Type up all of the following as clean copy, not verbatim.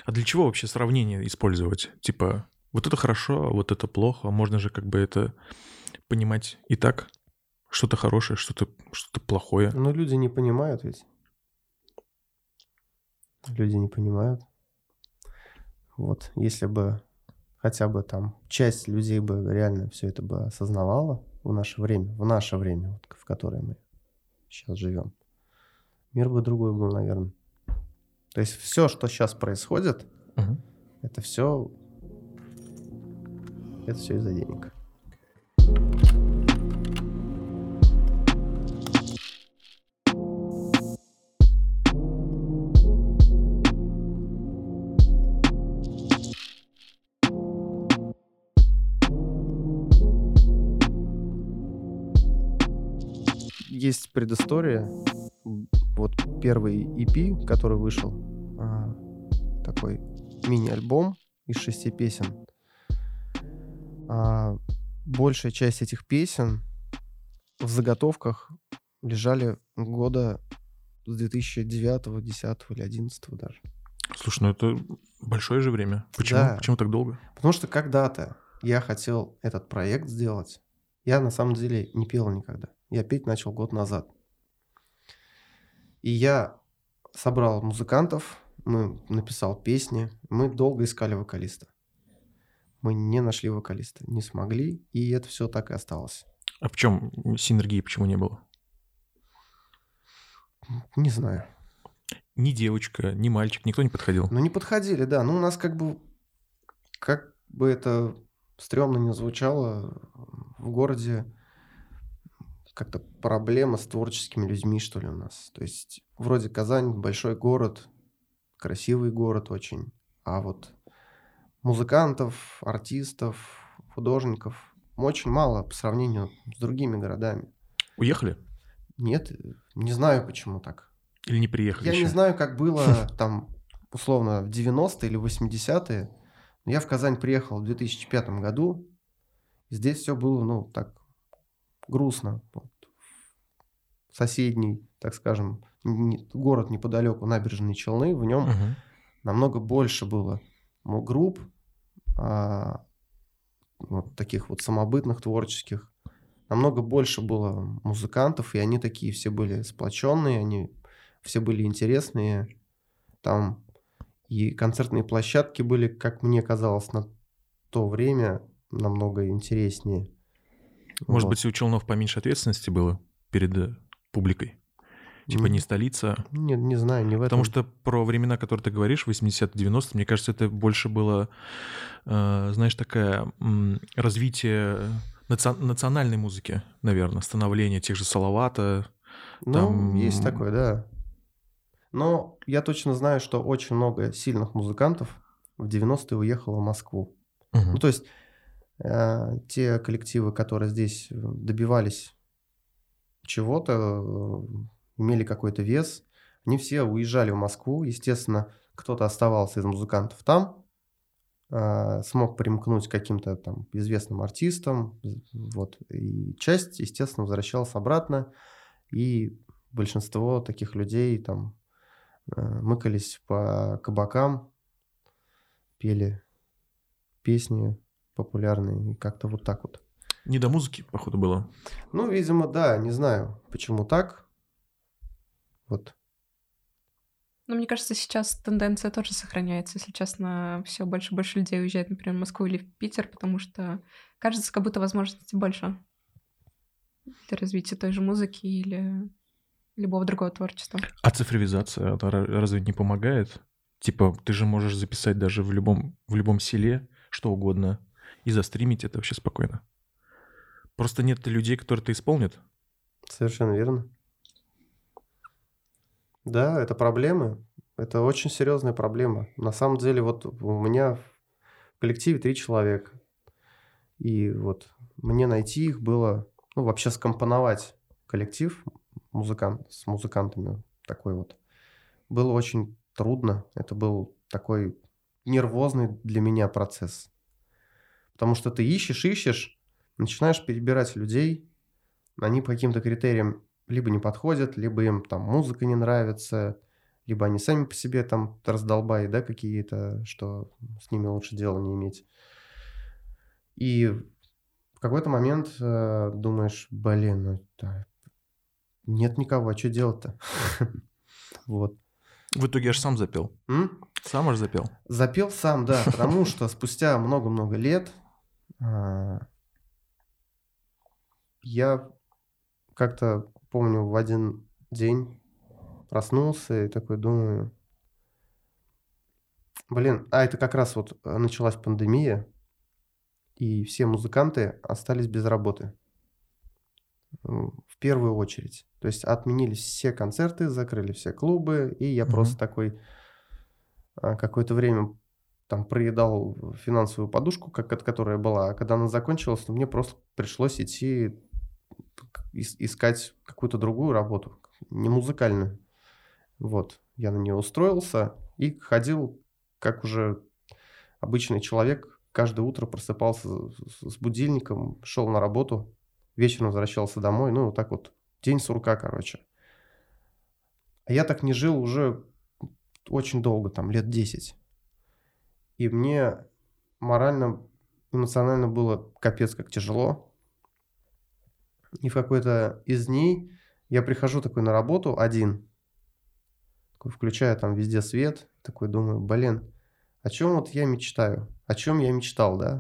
А для чего вообще сравнение использовать? Типа, вот это хорошо, а вот это плохо. Можно же как бы это понимать и так. Что-то хорошее, что-то плохое. Но люди не понимают ведь. Люди не понимают. Вот, если бы хотя бы там часть людей бы реально все это бы осознавала в наше время, вот, в которое мы сейчас живем, мир бы другой был, наверное. То есть все, что сейчас происходит, Мгм. это все из-за денег. Есть предыстория. Вот первый EP, который вышел, такой мини-альбом из 6 песен. Большая часть этих песен в заготовках лежали года с 2009, 10 или 11 даже. Слушай, ну это большое же время. Почему? Да. Почему так долго? Потому что когда-то я хотел этот проект сделать. Я на самом деле не пел никогда. Я петь начал год назад. И я собрал музыкантов, написал песни. Мы долго искали вокалиста. Мы не нашли вокалиста, не смогли, и это все так и осталось. А в чем синергии, почему не было? Не знаю. Ни девочка, ни мальчик, никто не подходил. Ну, не подходили, да. Ну, у нас как бы это стрёмно не звучало, в городе как-то проблема с творческими людьми, что ли, у нас. То есть вроде Казань большой город, красивый город очень, а вот музыкантов, артистов, художников очень мало по сравнению с другими городами. Уехали? Нет, не знаю, почему так. Или не приехали Я еще? не знаю, как было там, условно, в 90-е или 80-е. Но я в Казань приехал в 2005 году. И здесь все было, ну, так, грустно. Вот. Соседний, так скажем, город неподалеку, Набережные Челны, в нем Мгм. намного больше было групп, вот таких вот самобытных, творческих. Намного больше было музыкантов, и они такие все были сплоченные, они все были интересные. Там и концертные площадки были, как мне казалось, на то время намного интереснее. Может Вот. быть, у Челнов поменьше ответственности было перед публикой? Типа не столица. Не знаю, не в этом. Потому что про времена, которые ты говоришь, 80-е, 90-е, мне кажется, это больше было, знаешь, такое развитие национальной музыки, наверное, становление тех же Салавата. Ну, там... есть такое, да. Но я точно знаю, что очень много сильных музыкантов в 90-е уехало в Москву. Мгм. Ну, то есть те коллективы, которые здесь добивались чего-то, имели какой-то вес, они все уезжали в Москву. Естественно, кто-то оставался из музыкантов там, смог примкнуть к каким-то там известным артистам, вот, и часть, естественно, возвращалась обратно, и большинство таких людей там мыкались по кабакам, пели песни популярные, и как-то вот так вот. Не до музыки, походу, было. Ну, видимо, да, не знаю, почему так. Вот. Ну, мне кажется, сейчас тенденция тоже сохраняется. Если честно, все больше и больше людей уезжает, например, в Москву или в Питер, потому что кажется, как будто возможностей больше для развития той же музыки или любого другого творчества. А цифровизация, она разве не помогает? Типа, ты же можешь записать даже в любом селе что угодно и застримить это вообще спокойно. Просто нет людей, которые это исполнят. Совершенно верно. Да, это проблемы. Это очень серьезная проблема. На самом деле, вот у меня в коллективе 3 человека. И вот мне найти их было, ну, вообще скомпоновать коллектив с музыкантами такой вот, было очень трудно. Это был такой нервозный для меня процесс. Потому что ты ищешь, начинаешь перебирать людей, они по каким-то критериям либо не подходят, либо им там музыка не нравится, либо они сами по себе там раздолбаи, да, какие-то, что с ними лучше дела не иметь. И в какой-то момент думаешь, блин, ну нет никого, а что делать-то? Вот. В итоге аж сам запел. Сам аж запел. Запел сам, да, потому что спустя много-много лет я как-то помню в один день проснулся и такой думаю, блин, это как раз вот началась пандемия, и все музыканты остались без работы. В первую очередь. То есть отменились все концерты, закрыли все клубы, и я просто такой какое-то время там проедал финансовую подушку, которая была. А когда она закончилась, то мне просто пришлось идти искать какую-то другую работу, не музыкальную. Вот. Я на нее устроился и ходил, как уже обычный человек, каждое утро просыпался с будильником, шел на работу, вечером возвращался домой. Ну, вот так вот. День сурка, короче. А я так не жил уже очень долго, там, лет 10. И мне морально, эмоционально было капец как тяжело. И в какой-то из дней я прихожу такой на работу один, такой, включаю там везде свет, такой думаю, блин, о чем вот я мечтаю? О чем я мечтал, да?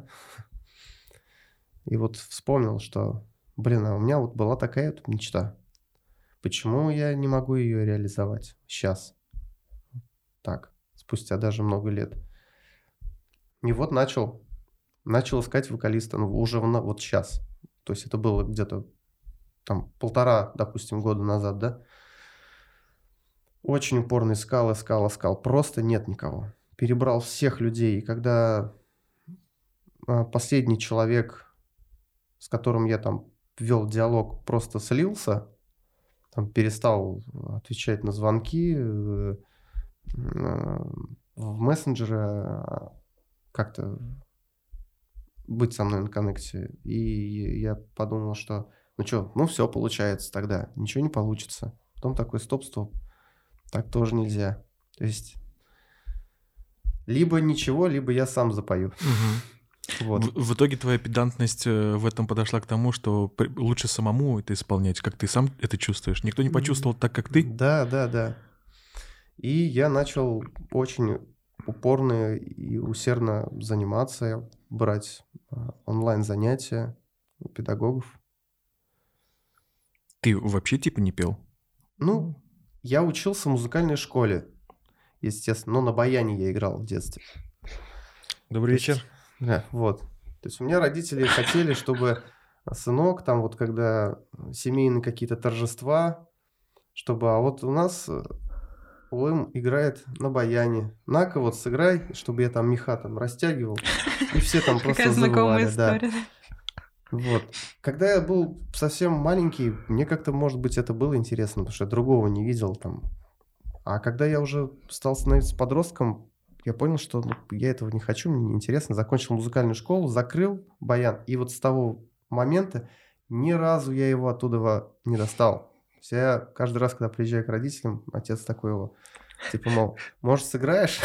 И вот вспомнил, что, блин, а у меня вот была такая вот мечта. Почему я не могу ее реализовать сейчас? Так, спустя даже много лет. И вот начал искать вокалиста, ну, уже вот сейчас. То есть это было где-то там 1,5, допустим, года назад, да? Очень упорно искал. Просто нет никого. Перебрал всех людей. И когда последний человек, с которым я там вел диалог, просто слился, там перестал отвечать на звонки в мессенджеры, как-то быть со мной на коннекте. И я подумал, что все получается тогда, ничего не получится. Потом такой стоп, так тоже нельзя. То есть либо ничего, либо я сам запою. Вот. В итоге твоя педантность в этом подошла к тому, что лучше самому это исполнять, как ты сам это чувствуешь. Никто не почувствовал так, как ты. Да. И я начал очень упорно и усердно заниматься, брать онлайн-занятия у педагогов. Ты вообще типа не пел? Ну, я учился в музыкальной школе, естественно, но на баяне я играл в детстве. Добрый вечер. Да, вот. То есть у меня родители хотели, чтобы сынок, там вот когда семейные какие-то торжества, чтобы, а вот у нас Улым играет на баяне. На-ка вот сыграй, чтобы я там меха там растягивал. И все там просто забывали. Да. Вот. Когда я был совсем маленький, мне как-то, может быть, это было интересно, потому что я другого не видел там. А когда я уже стал становиться подростком, я понял, что я этого не хочу, мне неинтересно. Закончил музыкальную школу, закрыл баян. И вот с того момента ни разу я его оттуда не достал. Я каждый раз, когда приезжаю к родителям, отец такой его, типа, мол, может, сыграешь?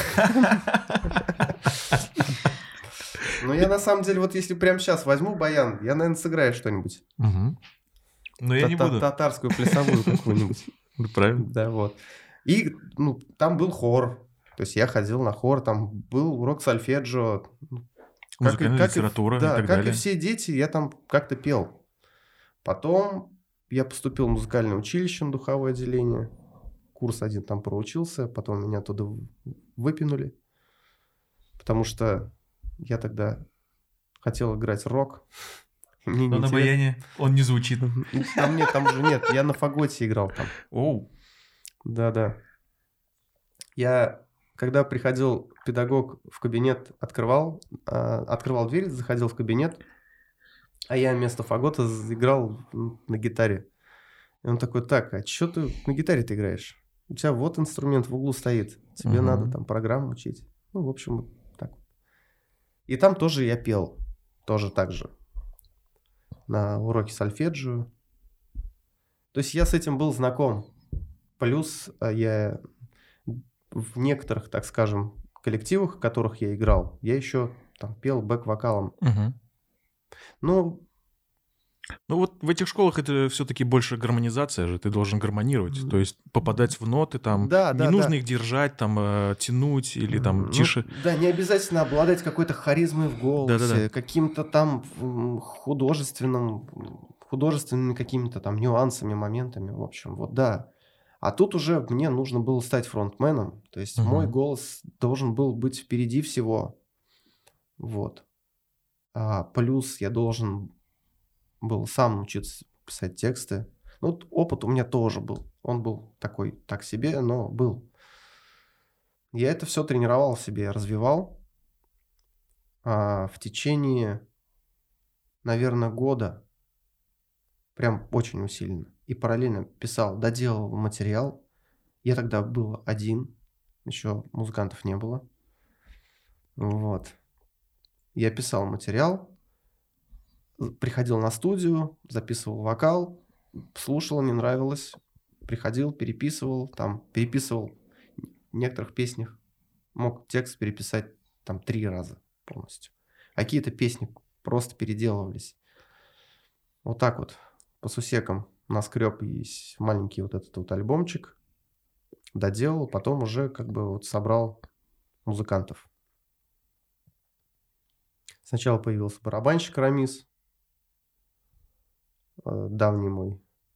Но я на самом деле, вот если прямо сейчас возьму баян, я, наверное, сыграю что-нибудь. Но я не буду. Татарскую плясовую какую-нибудь. Правильно. Да, вот. И там был хор. То есть я ходил на хор, там был урок сольфеджио. Музыкальная литература и так далее. Да, как и все дети, я там как-то пел. Потом я поступил в музыкальное училище на духовое отделение. Курс один там проучился, потом меня оттуда выпинули. Потому что я тогда хотел играть рок. Но на баяне он не звучит. Там уже нет, я на фаготе играл там. Оу. Да. Я, когда приходил педагог в кабинет, открывал дверь, заходил в кабинет, а я вместо фагота играл на гитаре. И он такой, так, а что ты на гитаре-то играешь? У тебя вот инструмент в углу стоит, тебе надо там программу учить. Ну, в общем, так. И там тоже я пел, тоже так же, на уроке сольфеджио. То есть я с этим был знаком. Плюс я в некоторых, так скажем, коллективах, в которых я играл, я еще там пел бэк-вокалом. Мгм. Ну, Ну вот в этих школах это все-таки больше гармонизация же, ты должен гармонировать, то есть попадать в ноты, там, да, не да, нужно да. их держать, там, тянуть или там Ну, тише. да, не обязательно обладать какой-то харизмой в Да-да-да. голосе, каким-то там художественными какими-то там нюансами, моментами, в общем, вот да. А тут уже мне нужно было стать фронтменом, то есть мой Мгм. голос должен был быть впереди всего, вот. Плюс я должен был сам учиться писать тексты. Ну, вот опыт у меня тоже был. Он был такой, так себе, но был. Я это все тренировал в себе, развивал в течение, наверное, года, прям очень усиленно. И параллельно писал, доделал материал. Я тогда был один, еще музыкантов не было. Вот. Я писал материал, приходил на студию, записывал вокал, слушал, мне нравилось, приходил, переписывал, в некоторых песнях мог текст переписать там 3 раза полностью. А какие-то песни просто переделывались. Вот так вот по сусекам наскреб есть маленький вот этот вот альбомчик, доделал, потом уже как бы вот собрал музыкантов. Сначала появился барабанщик Рамис, давний мой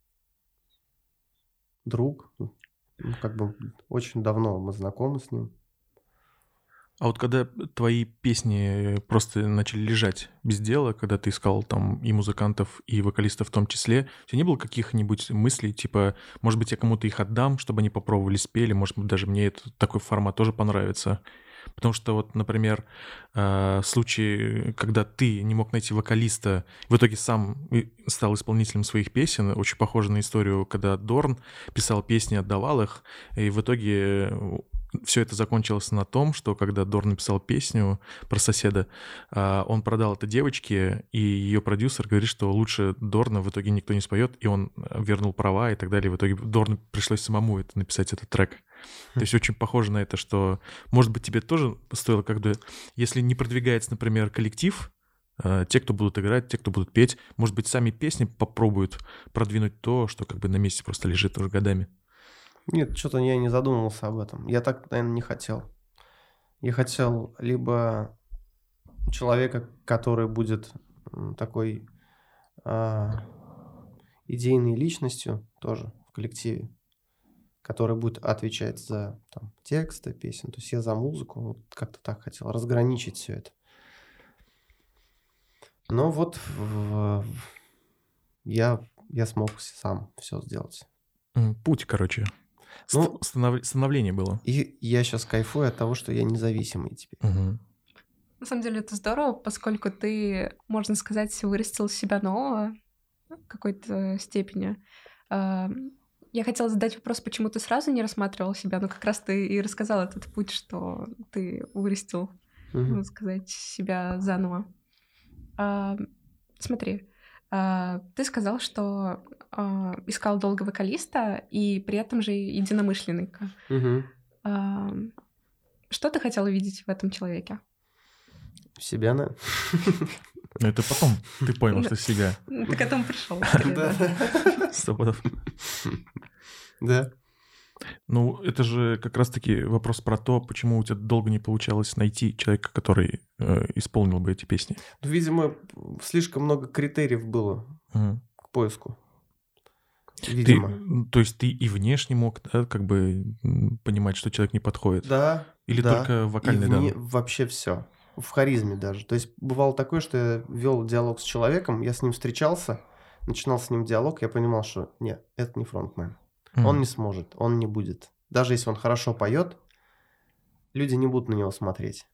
друг. Ну, как бы очень давно мы знакомы с ним. А вот когда твои песни просто начали лежать без дела, когда ты искал там и музыкантов, и вокалистов в том числе, у тебя не было каких-нибудь мыслей, типа, может быть, я кому-то их отдам, чтобы они попробовали, спели, может быть, даже мне такой формат тоже понравится? Потому что вот, например, случай, когда ты не мог найти вокалиста, в итоге сам стал исполнителем своих песен, очень похоже на историю, когда Дорн писал песни, отдавал их, и в итоге все это закончилось на том, что когда Дорн написал песню про соседа, он продал это девочке, и ее продюсер говорит, что лучше Дорна в итоге никто не споет, и он вернул права и так далее. В итоге Дорну пришлось самому написать этот трек. То есть очень похоже на это, что, может быть, тебе тоже стоило как-то, если не продвигается, например, коллектив, те, кто будут играть, те, кто будут петь, может быть, сами песни попробуют продвинуть то, что как бы на месте просто лежит уже годами. Нет, что-то я не задумывался об этом. Я так, наверное, не хотел. Я хотел либо человека, который будет такой идейной личностью тоже в коллективе, который будет отвечать за там, тексты песен. То есть я за музыку, вот как-то так хотел разграничить все это. Но вот я смог сам все сделать. Путь, короче. Ну, Становление было. И я сейчас кайфую от того, что я независимый теперь. Угу. На самом деле это здорово, поскольку ты, можно сказать, вырастил себя нового в какой-то степени. Я хотела задать вопрос, почему ты сразу не рассматривал себя, но как раз ты и рассказал этот путь, что ты вырастил, можно сказать, себя заново. Смотри, ты сказал, что искал долго вокалиста и при этом же единомышленника. Что ты хотел увидеть в этом человеке? Себя, да? Это потом ты понял, что себя. Ты к этому пришел. Да. Ну, это же как раз-таки вопрос про то, почему у тебя долго не получалось найти человека, который исполнил бы эти песни. Видимо, слишком много критериев было к поиску. Видимо. То есть ты и внешне мог, да, как бы понимать, что человек не подходит? Да. Или да. только вокальный данные? Вообще все. В харизме даже. То есть бывало такое, что я вел диалог с человеком, я с ним встречался, начинал с ним диалог, я понимал, что нет, это не фронтмен. Он не сможет, он не будет. Даже если он хорошо поет, люди не будут на него смотреть.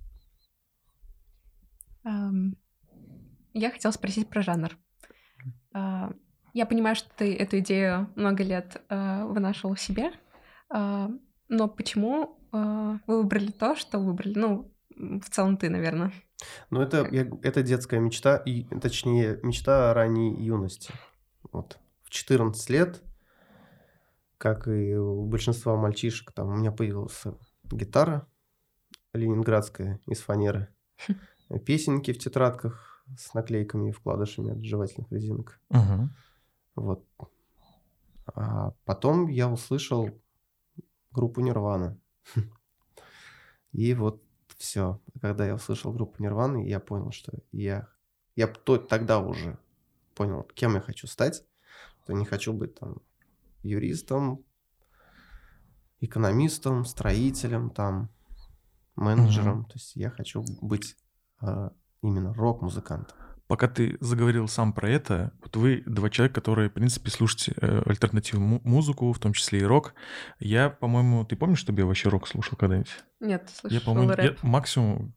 Я хотела спросить про жанр. Я понимаю, что ты эту идею много лет вынашивал в себе, но почему вы выбрали то, что выбрали? Ну, в целом ты, наверное. Ну, это детская мечта, и, точнее, мечта ранней юности. Вот. В 14 лет, как и у большинства мальчишек, там у меня появилась гитара ленинградская из фанеры, песенки в тетрадках с наклейками и вкладышами от жевательных резинок. Мгм. Вот. А потом я услышал группу Нирвана. И вот все. Когда я услышал группу Нирваны, я понял, что я тогда уже понял, кем я хочу стать. Что не хочу быть там юристом, экономистом, строителем, там, менеджером. То есть я хочу быть именно рок-музыкантом. Пока ты заговорил сам про это, вот вы два человека, которые, в принципе, слушаете альтернативную музыку, в том числе и рок. Я, по-моему, ты помнишь, чтобы я вообще рок слушал когда-нибудь? Нет, Я, слышала по-моему, рэп. максимум,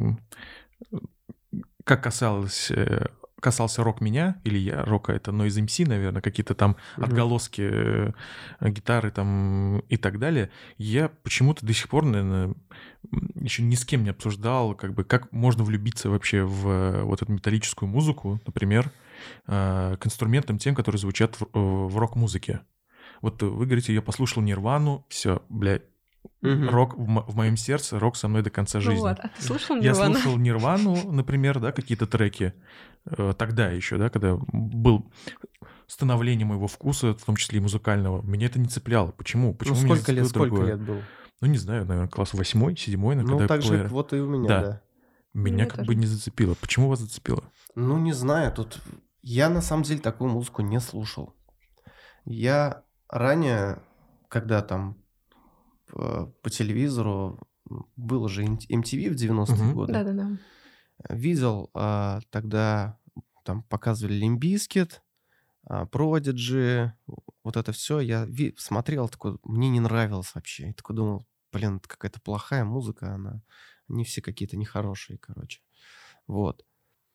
как касался рок меня, или я рока, это Noise MC, наверное, какие-то там отголоски гитары там и так далее. Я почему-то до сих пор, наверное, еще ни с кем не обсуждал, как можно влюбиться вообще в вот эту металлическую музыку, например, к инструментам тем, которые звучат в рок-музыке. Вот вы говорите, я послушал Нирвану, все, блядь, рок в моем сердце, рок со мной до конца жизни. Ну вот, а ты слушал Я Нирвану? слушал Нирвану, например, да, какие-то треки тогда еще, да, когда был становление моего вкуса, в том числе и музыкального. Меня это не цепляло. Почему? Почему меня Сколько лет, зацепило другое? было? Ну, не знаю, наверное, класс 8, 7, Ну, когда так же плеер. вот и у меня, Да. да. Меня Меня как тоже. бы не зацепило. Почему вас зацепило? Ну, не знаю, тут я на самом деле такую музыку не слушал. Я ранее, когда там по телевизору был же MTV в 90-е годы, Да-да-да. видел тогда там показывали Limp Bizkit, Prodigy, вот это все. Я смотрел, такой, мне не нравилось вообще. И такой думал, блин, это какая-то плохая музыка, они все какие-то нехорошие, короче. Вот.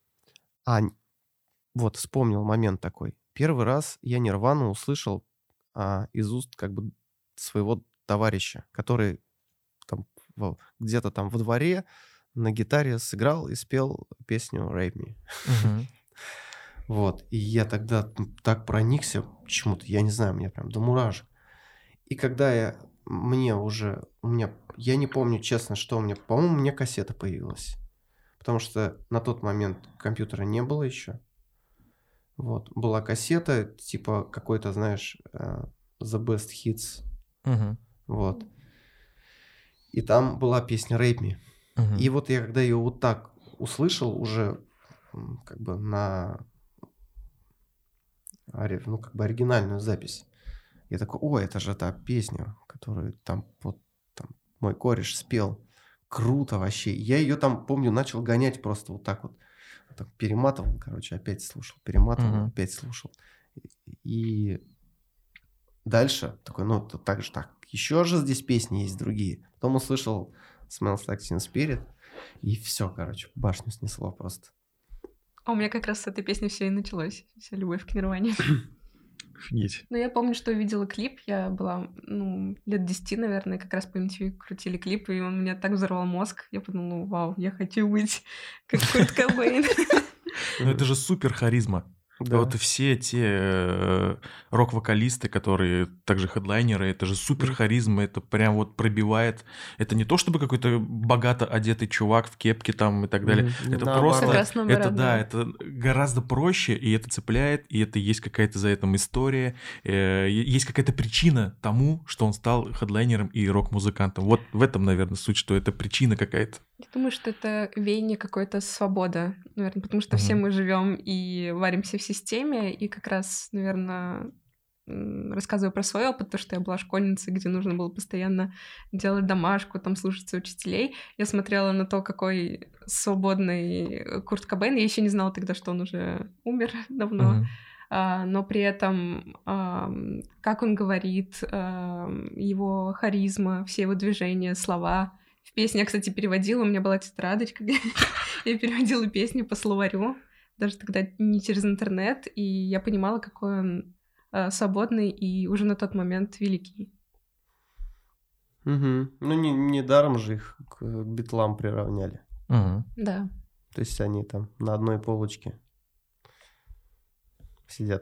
Вот вспомнил момент такой. Первый раз я Нирвану услышал из уст как бы своего товарища, который там где-то там во дворе на гитаре сыграл и спел песню «Rape Me». Мгм. Вот. И я тогда так проникся почему-то, я не знаю, мне прям до мурашек. И когда я не помню честно, что у меня, по-моему, у меня кассета появилась. Потому что на тот момент компьютера не было еще. Вот. Была кассета, типа какой-то, знаешь, The Best Hits. Мгм. Вот. И там была песня «Rape Me». Мгм. И вот я когда ее вот так услышал уже как бы как бы оригинальную запись, я такой, о, это же та песня, которую там мой кореш спел. Круто вообще. Я ее там, помню, начал гонять просто вот так, перематывал, короче, опять слушал, перематывал, Мгм. опять слушал. И дальше такой, так же, еще же здесь песни есть другие. Потом услышал Smells Like Teen Spirit, и все, короче, башню снесло просто. А у меня как раз с этой песни все и началось. Вся любовь к Нирване. Офигеть. Но я помню, что увидела клип. Я была, лет 10, наверное, как раз по MTV крутили клип, и он меня так взорвал мозг. Я подумала, вау, я хочу быть как Курт Кобейн. Ну это же супер харизма. Да. Вот все те рок-вокалисты, которые также хедлайнеры, это же супер харизма, это прям вот пробивает. Это не то, чтобы какой-то богато одетый чувак в кепке там и так далее. Это Наоборот. просто, Как раз наоборот, это да. это гораздо проще, и это цепляет, и это есть какая-то за этим история, есть какая-то причина тому, что он стал хедлайнером и рок-музыкантом. Вот в этом, наверное, суть, что это причина какая-то. Я думаю, что это веяние какой-то свобода, наверное, потому что все мы живем и варимся в системе, и как раз, наверное, рассказываю про свой опыт, то, что я была школьницей, где нужно было постоянно делать домашку, там слушаться учителей. Я смотрела на то, какой свободный Курт Кобейн. Я еще не знала тогда, что он уже умер давно. Но при этом, как он говорит, его харизма, все его движения, слова. В песне я, кстати, переводила, у меня была тетрадочка, где я переводила песни по словарю, даже тогда не через интернет, и я понимала, какой он свободный и уже на тот момент великий. Ну, не даром же их к Битлам приравняли. Да. То есть они там на одной полочке сидят.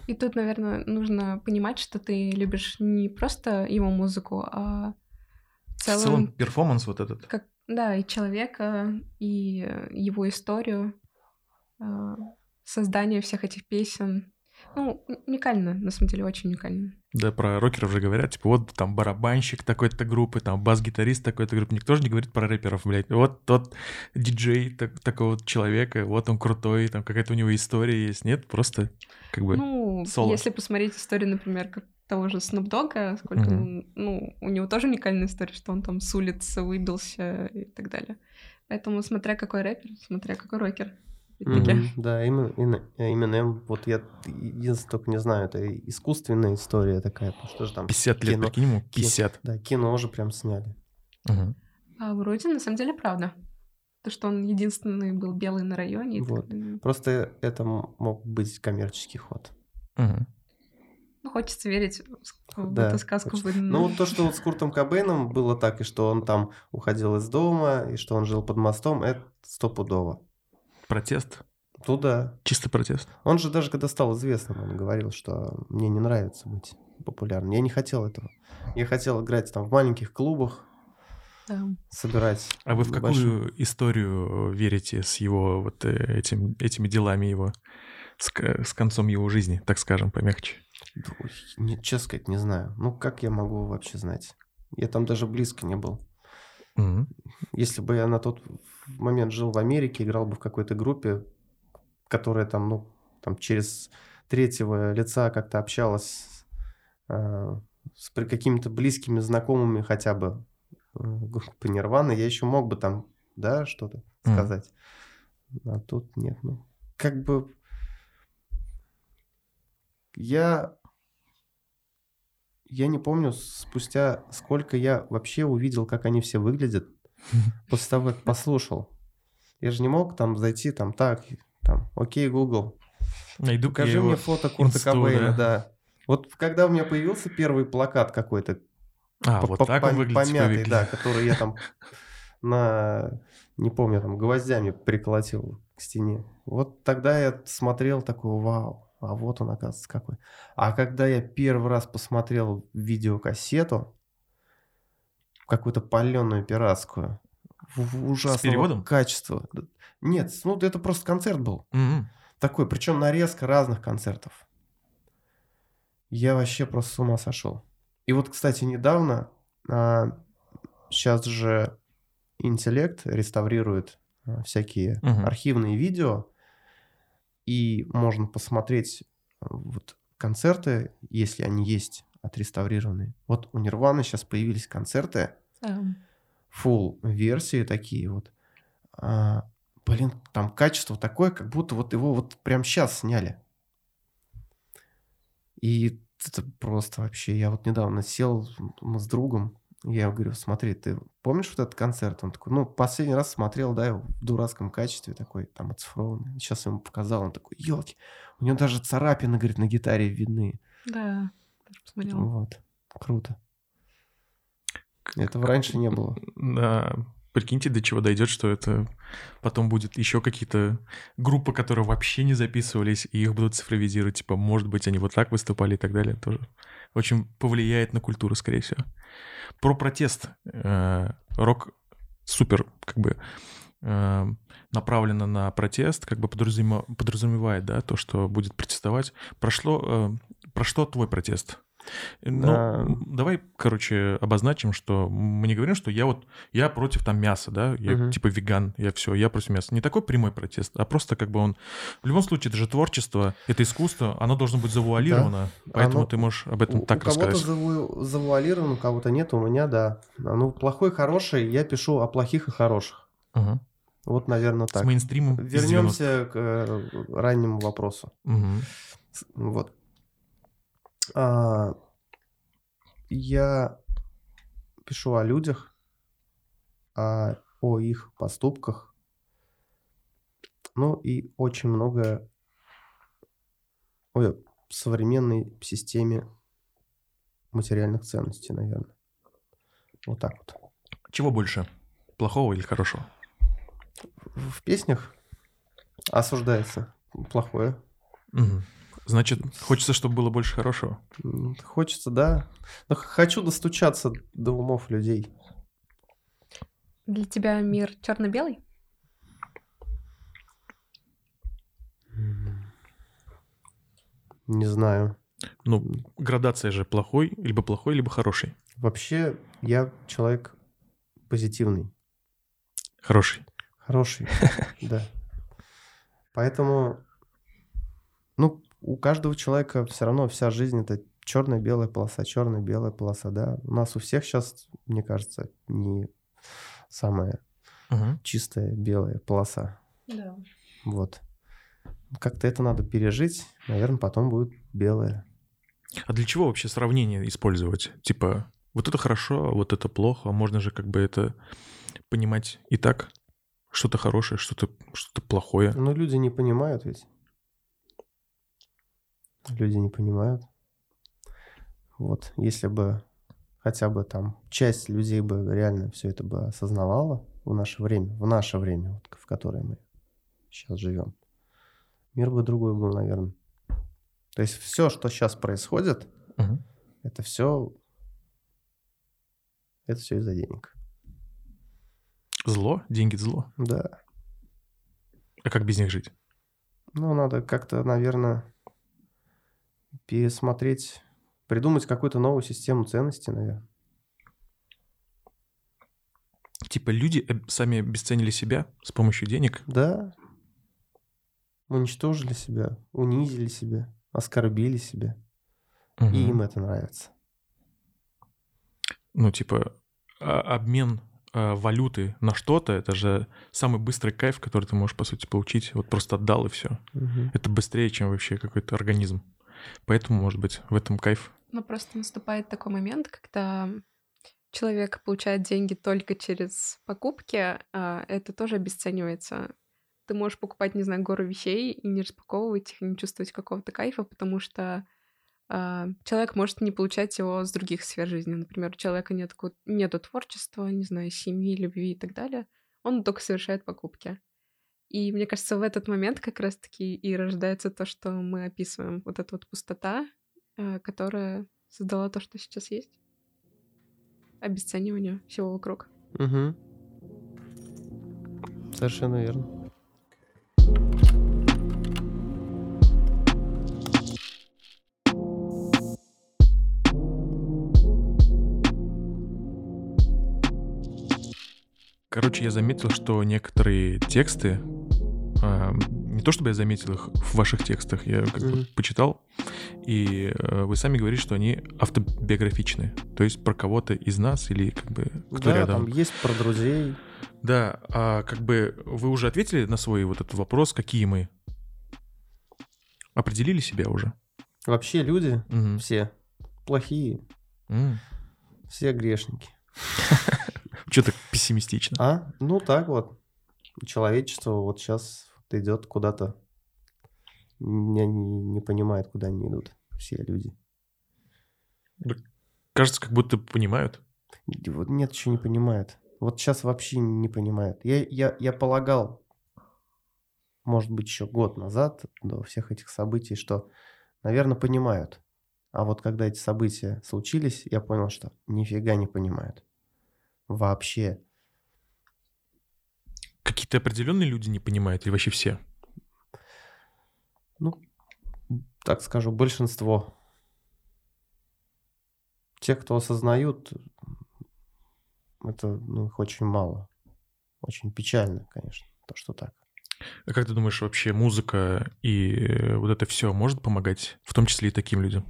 И тут, наверное, нужно понимать, что ты любишь не просто его музыку, а в В целом целом, перформанс вот этот. да, и человека, и его историю, а, создание всех этих песен. Ну, уникально, на самом деле, очень уникально. Да, про рокеров же говорят, типа, вот там барабанщик такой-то группы, там бас-гитарист такой-то группы. Никто же не говорит про рэперов, блядь. Вот тот диджей такого вот человека, вот он крутой, там какая-то у него история есть. Нет, просто как бы Ну, соло. если посмотреть историю, например, как того же Snoop Dogg, сколько, ну, у него тоже уникальная история, что он там с улицы выбился и так далее. Поэтому смотря какой рэпер, смотря какой рокер. Опять-таки. Да, именно, вот я единственное только не знаю, это искусственная история такая, потому что же там 50 лет, прикинь ему, 50. Да, кино уже прям сняли. А вроде на самом деле правда. То, что он единственный был белый на районе. и Вот. так далее. Просто это мог быть коммерческий ход. Ну, хочется верить в Да, эту сказку. Ну, вот то, что вот с Куртом Кобейном было так, и что он там уходил из дома, и что он жил под мостом, это стопудово. Протест? Туда. Чисто протест. Он же даже когда стал известным, он говорил, что мне не нравится быть популярным. Я не хотел этого. Я хотел играть там в маленьких клубах, собирать. А вы в какую историю верите с его вот этими делами его, с концом его жизни, так скажем, помягче? Честно сказать, не знаю. Ну, как я могу вообще знать? Я там даже близко не был. Если бы я на тот момент жил в Америке, играл бы в какой-то группе, которая там, ну, там через третьего лица как-то общалась с какими-то близкими знакомыми хотя бы группы Нирваны, я еще мог бы там, да, что-то сказать. А тут нет. Ну, как бы я не помню, спустя сколько я вообще увидел, как они все выглядят, после того, как послушал. Я же не мог там зайти, там, окей, Google, покажи мне фото Курта Кобейна, да. Вот когда у меня появился первый плакат какой-то, вот так он выглядит, помятый, да, который я там не помню, там гвоздями приколотил к стене. Вот тогда я смотрел такой, вау. А вот он, оказывается, какой. А когда я первый раз посмотрел видеокассету, какую-то паленую пиратскую, ужасного качества. Нет, ну это просто концерт был. Такой, причем нарезка разных концертов. Я вообще просто с ума сошел. И вот, кстати, недавно, сейчас же интеллект реставрирует всякие архивные видео, и можно посмотреть вот концерты, если они есть, отреставрированные. Вот у Нирваны сейчас появились концерты, full версии такие вот. Блин, там качество такое, как будто вот его вот прямо сейчас сняли. И это просто вообще... Я вот недавно сел с другом, я говорю, смотри, ты помнишь вот этот концерт? Он такой, ну, последний раз смотрел, да, в дурацком качестве, такой, там, оцифрованный. Сейчас я ему показал, он такой, елки, у него даже царапины, говорит, на гитаре видны. Да, тоже посмотрела. Вот, круто. Этого раньше не было. Да, прикиньте, до чего дойдет, что это потом будет еще какие-то группы, которые вообще не записывались, и их будут цифровизировать. Типа, может быть, они вот так выступали и так далее. Тоже очень повлияет на культуру, скорее всего. Про протест. Рок супер, как бы, направлено на протест, как бы подразумевает, да, то, что будет протестовать. Про что твой протест? Ну, давай, короче, обозначим, что мы не говорим, что я против там мяса, да, я типа веган, я против мяса. Не такой прямой протест, а просто как бы он... В любом случае, это же творчество, это искусство, оно должно быть завуалировано, да. Поэтому ты можешь об этом так рассказать. У кого-то завуалировано, у кого-то нет, у меня, да. Ну, плохой, хороший, я пишу о плохих и хороших. Вот, наверное, так. С мейнстримом. Вернемся к раннему вопросу. Вот. Я пишу о людях, о их поступках, ну и очень много о современной системе материальных ценностей, наверное. Вот так вот. Чего больше? Плохого или хорошего? В песнях осуждается плохое. Значит, хочется, чтобы было больше хорошего. Хочется, да. Но хочу достучаться до умов людей. Для тебя мир черно-белый? Не знаю. Ну, градация же плохой, либо хороший. Вообще, я человек позитивный. Хороший. Хороший, да. Поэтому, ну, у каждого человека все равно вся жизнь — это черно-белая полоса, да. У нас у всех сейчас, мне кажется, не самая чистая белая полоса. Да. Вот. Как-то это надо пережить, наверное, потом будет белое. А для чего вообще сравнение использовать? Типа, вот это хорошо, а вот это плохо. Можно же как бы это понимать и так. Что-то хорошее, что-то плохое. Но люди не понимают ведь. Люди не понимают. Вот, если бы хотя бы там часть людей бы реально все это бы осознавала в наше время, вот, в которое мы сейчас живем, мир бы другой был, наверное. То есть все, что сейчас происходит, это все из-за денег. Зло? Деньги — зло? Да. А как без них жить? Ну, надо как-то, наверное, пересмотреть, придумать какую-то новую систему ценностей, наверное. Типа люди сами обесценили себя с помощью денег? Да. Уничтожили себя, унизили себя, оскорбили себя. И им это нравится. Ну, типа, обмен валюты на что-то — это же самый быстрый кайф, который ты можешь, по сути, получить. Вот просто отдал, и все. Это быстрее, чем вообще какой-то организм. Поэтому, может быть, в этом кайф. Но просто наступает такой момент, когда человек получает деньги только через покупки, это тоже обесценивается. Ты можешь покупать, не знаю, гору вещей и не распаковывать их, и не чувствовать какого-то кайфа, потому что человек может не получать его с других сфер жизни. Например, у человека нету творчества, не знаю, семьи, любви и так далее. Он только совершает покупки. И мне кажется, в этот момент как раз-таки и рождается то, что мы описываем. Вот эта вот пустота, которая создала то, что сейчас есть. Обесценивание всего вокруг. Совершенно верно. Короче, я заметил, что некоторые тексты, не то чтобы я заметил их в ваших текстах, я как бы почитал, и вы сами говорите, что они автобиографичные, то есть про кого-то из нас или как бы кто рядом. Да, там есть про друзей. Да, а как бы вы уже ответили на свой вот этот вопрос, какие мы? Определили себя уже? Вообще люди все плохие, все грешники. Что так пессимистично? Ну так вот. Человечество вот сейчас идет куда-то, не понимает, куда они идут. Все люди. Кажется, как будто понимают. Вот нет, еще не понимают. Вот сейчас вообще не понимают. Я полагал, может быть, еще год назад, до всех этих событий, что, наверное, понимают. А вот когда эти события случились, я понял, что нифига не понимают. Вообще. Какие-то определенные люди не понимают или вообще все? Ну, так скажу, большинство. Те, кто осознают, это их очень мало. Очень печально, конечно, то, что так. А как ты думаешь, вообще музыка и вот это все может помогать, в том числе и таким людям?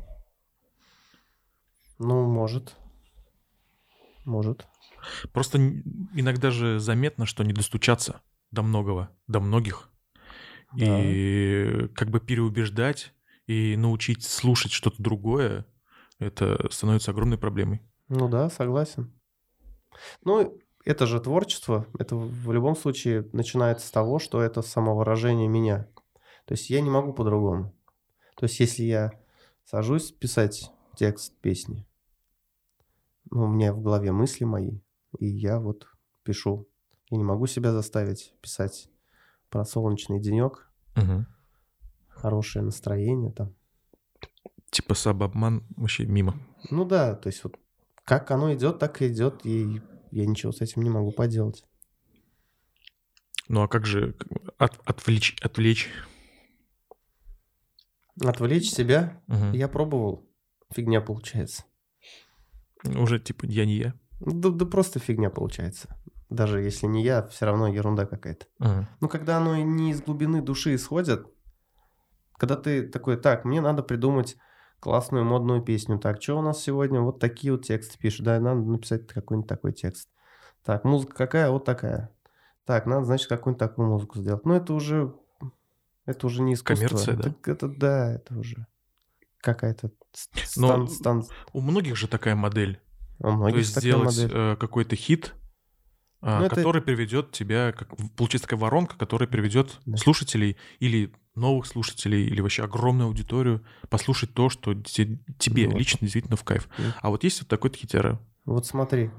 Ну, может. Может. Просто иногда же заметно, что не достучаться до многих. Да. И как бы переубеждать и научить слушать что-то другое, это становится огромной проблемой. Ну да, согласен. Ну, это же творчество. Это в любом случае начинается с того, что это самовыражение меня. То есть я не могу по-другому. То есть если я сажусь писать текст песни, у меня в голове мысли мои, и я вот пишу. Я не могу себя заставить писать про солнечный денек, хорошее настроение там, Типа самообман вообще мимо. Ну да, то есть вот как оно идет, так и идет, и я ничего с этим не могу поделать. Ну а как же отвлечь? Отвлечь себя Мгм. я пробовал. Фигня получается. Уже типа я не я. Да просто фигня получается. Даже если не я, все равно ерунда какая-то. Мгм. Ну, когда оно не из глубины души исходит, когда ты такой, так, мне надо придумать классную модную песню. Так, что у нас сегодня? Вот такие вот тексты пишут. Да, надо написать какой-нибудь такой текст. Так, музыка какая? Вот такая. Так, надо, значит, какую-нибудь такую музыку сделать. Но это уже не искусство. Коммерция, да? Да, это уже какая-то Но у многих же такая модель. У То многих есть такая сделать модель. какой-то хит, Ну, это- который приведет тебя, получится такая воронка, которая приведет Да. слушателей или новых слушателей, или вообще огромную аудиторию послушать то, что тебе Вот. лично действительно в кайф. Мгм. А вот есть вот такой хитера. Вот смотри,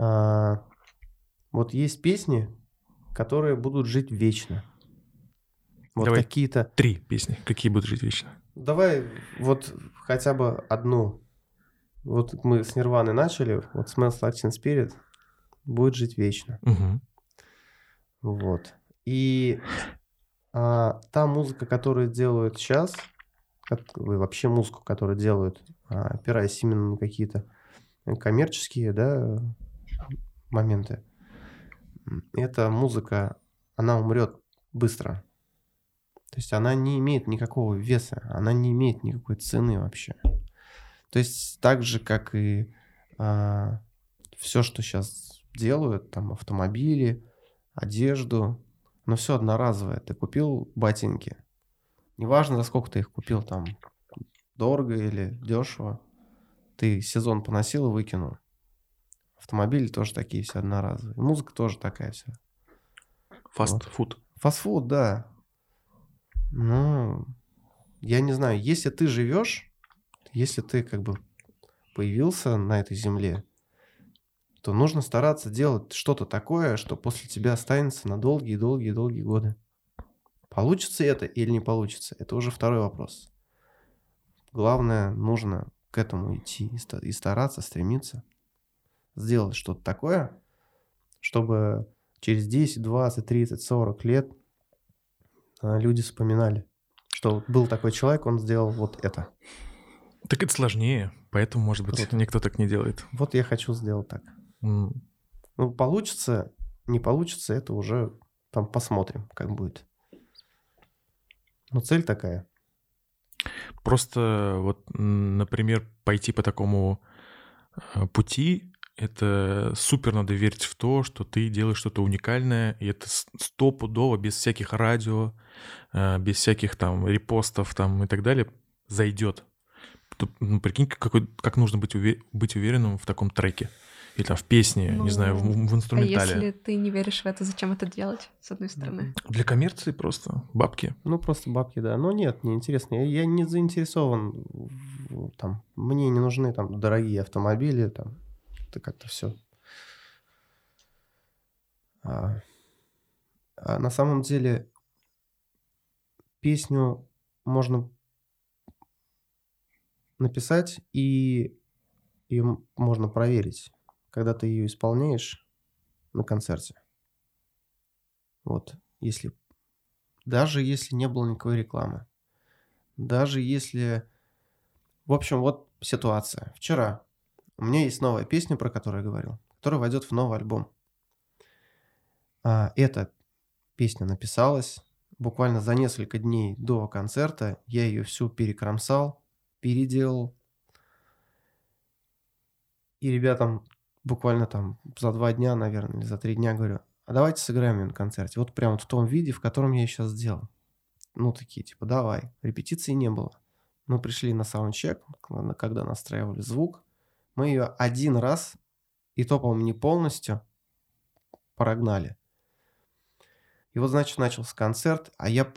вот есть песни, которые будут жить вечно. Вот Давай. какие-то... 3 песни, какие будут жить вечно. Давай вот хотя бы одну. Вот мы с Нирваны начали, вот Smells Like Teen Spirit будет жить вечно. Мгм. Вот. И та музыка, которую делают сейчас, вообще музыку, которую делают, опираясь именно на какие-то коммерческие, да, моменты, эта музыка, она умрет быстро. То есть она не имеет никакого веса, она не имеет никакой цены вообще. То есть так же, как и все, что сейчас делают, там автомобили, одежду, но все одноразовое. Ты купил ботинки, неважно, за сколько ты их купил, там дорого или дешево, ты сезон поносил и выкинул. Автомобили тоже такие все одноразовые. Музыка тоже такая вся. Фастфуд. Фастфуд, да. Ну, я не знаю, если ты живешь, если ты как бы появился на этой земле, то нужно стараться делать что-то такое, что после тебя останется на долгие-долгие-долгие годы. Получится это или не получится, это уже второй вопрос. Главное, нужно к этому идти и стараться, стремиться сделать что-то такое, чтобы через 10, 20, 30, 40 лет люди вспоминали, что был такой человек, он сделал вот это. Так это сложнее, поэтому, может быть, Круто. никто так не делает. Вот я хочу сделать так. Ну, получится, не получится, это уже там посмотрим, как будет. Но цель такая. Просто вот, например, пойти по такому пути, это супер надо верить в то, что ты делаешь что-то уникальное, и это стопудово, без всяких радио, без всяких там репостов там и так далее, зайдет. Прикинь, как нужно быть уверенным в таком треке. Или там в песне, не знаю, в инструментале. А если ты не веришь в это, зачем это делать, с одной стороны? Для коммерции просто бабки. Ну, просто бабки, да. Но нет, неинтересно. Я не заинтересован. Там, мне не нужны там дорогие автомобили. Там, это как-то все. А на самом деле песню можно написать, и ее можно проверить, когда ты ее исполняешь на концерте. Вот, если... Даже если не было никакой рекламы. Даже если... В общем, вот ситуация. Вчера у меня есть новая песня, про которую я говорил, которая войдет в новый альбом. Эта песня написалась буквально за несколько дней до концерта. Я ее всю перекромсал, переделал. И ребятам буквально там за 2 дня, наверное, или за 3 дня говорю, а давайте сыграем ее на концерте. Вот прям вот в том виде, в котором я сейчас сделал. Ну, такие, типа, давай. Репетиции не было. Мы пришли на саундчек, когда настраивали звук. Мы ее один раз, и то, по-моему, не полностью, прогнали. И вот, значит, начался концерт, а я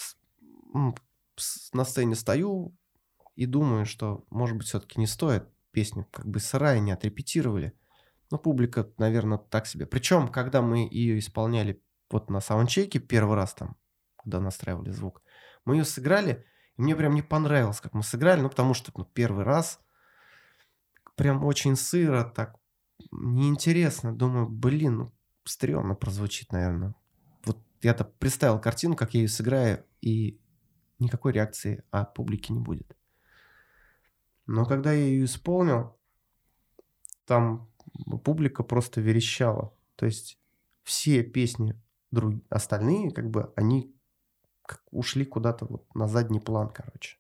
на сцене стою и думаю, что, может быть, все-таки не стоит. Песню как бы сырая, не отрепетировали. Но публика, наверное, так себе. Причем, когда мы ее исполняли вот на саундчеке первый раз там, когда настраивали звук, мы ее сыграли, И мне прям не понравилось, как мы сыграли, потому что первый раз прям очень сыро, так неинтересно. Думаю, стрёмно прозвучит, наверное. Вот я-то представил картину, как я ее сыграю, и никакой реакции от публики не будет. Но когда я ее исполнил, там публика просто верещала. То есть все песни остальные, они ушли куда-то на задний план, короче.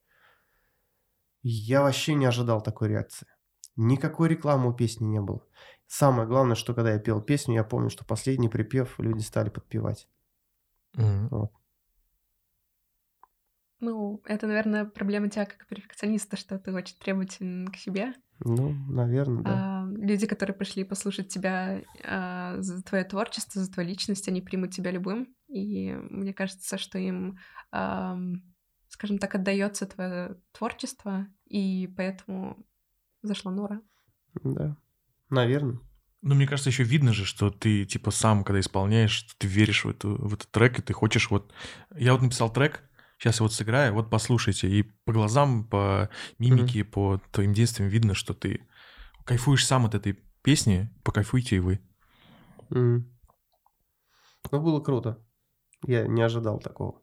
Я вообще не ожидал такой реакции. Никакой рекламы у песни не было. Самое главное, что когда я пел песню, я помню, что последний припев люди стали подпевать. Вот. Это, наверное, проблема тебя как перфекциониста, что ты очень требователен к себе. Наверное, да. Люди, которые пришли послушать тебя за твое творчество, за твою личность, они примут тебя любым. И мне кажется, что им, скажем так, отдается твое творчество, и поэтому зашла Нора. Да, наверное. Мне кажется, еще видно же, что ты, сам, когда исполняешь, ты веришь в этот трек, и ты хочешь Я написал трек, сейчас я сыграю, послушайте. И по глазам, по мимике, по твоим действиям видно, что ты кайфуешь сам от этой песни, покайфуйте и вы. Было круто. Я не ожидал такого.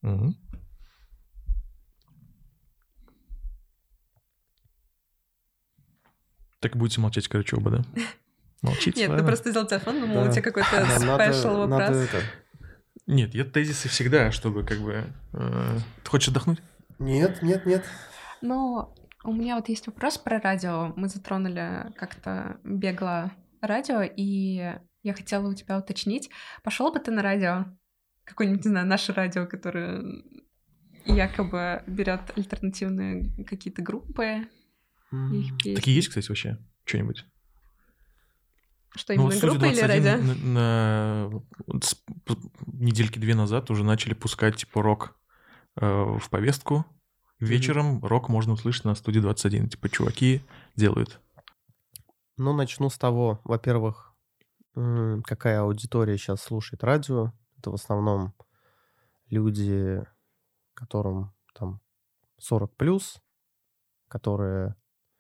Так будете молчать, оба, да? Молчите. Нет, ты просто взял телефон, думал, у тебя какой-то спешл вопрос. Нет, я тезисы всегда, чтобы Ты хочешь отдохнуть? Нет. Но у меня есть вопрос про радио. Мы затронули как-то бегло радио, и я хотела у тебя уточнить. Пошел бы ты на радио? Какое-нибудь, не знаю, наше радио, которое якобы берет альтернативные какие-то группы. Такие есть, кстати, вообще? Что-нибудь? Что, именно группа или радио? Недельки 2 назад уже начали пускать рок в повестку. Вечером рок можно услышать на студии 21. Чуваки делают. Начну с того, во-первых, какая аудитория сейчас слушает радио. Это в основном люди, которым 40+, которые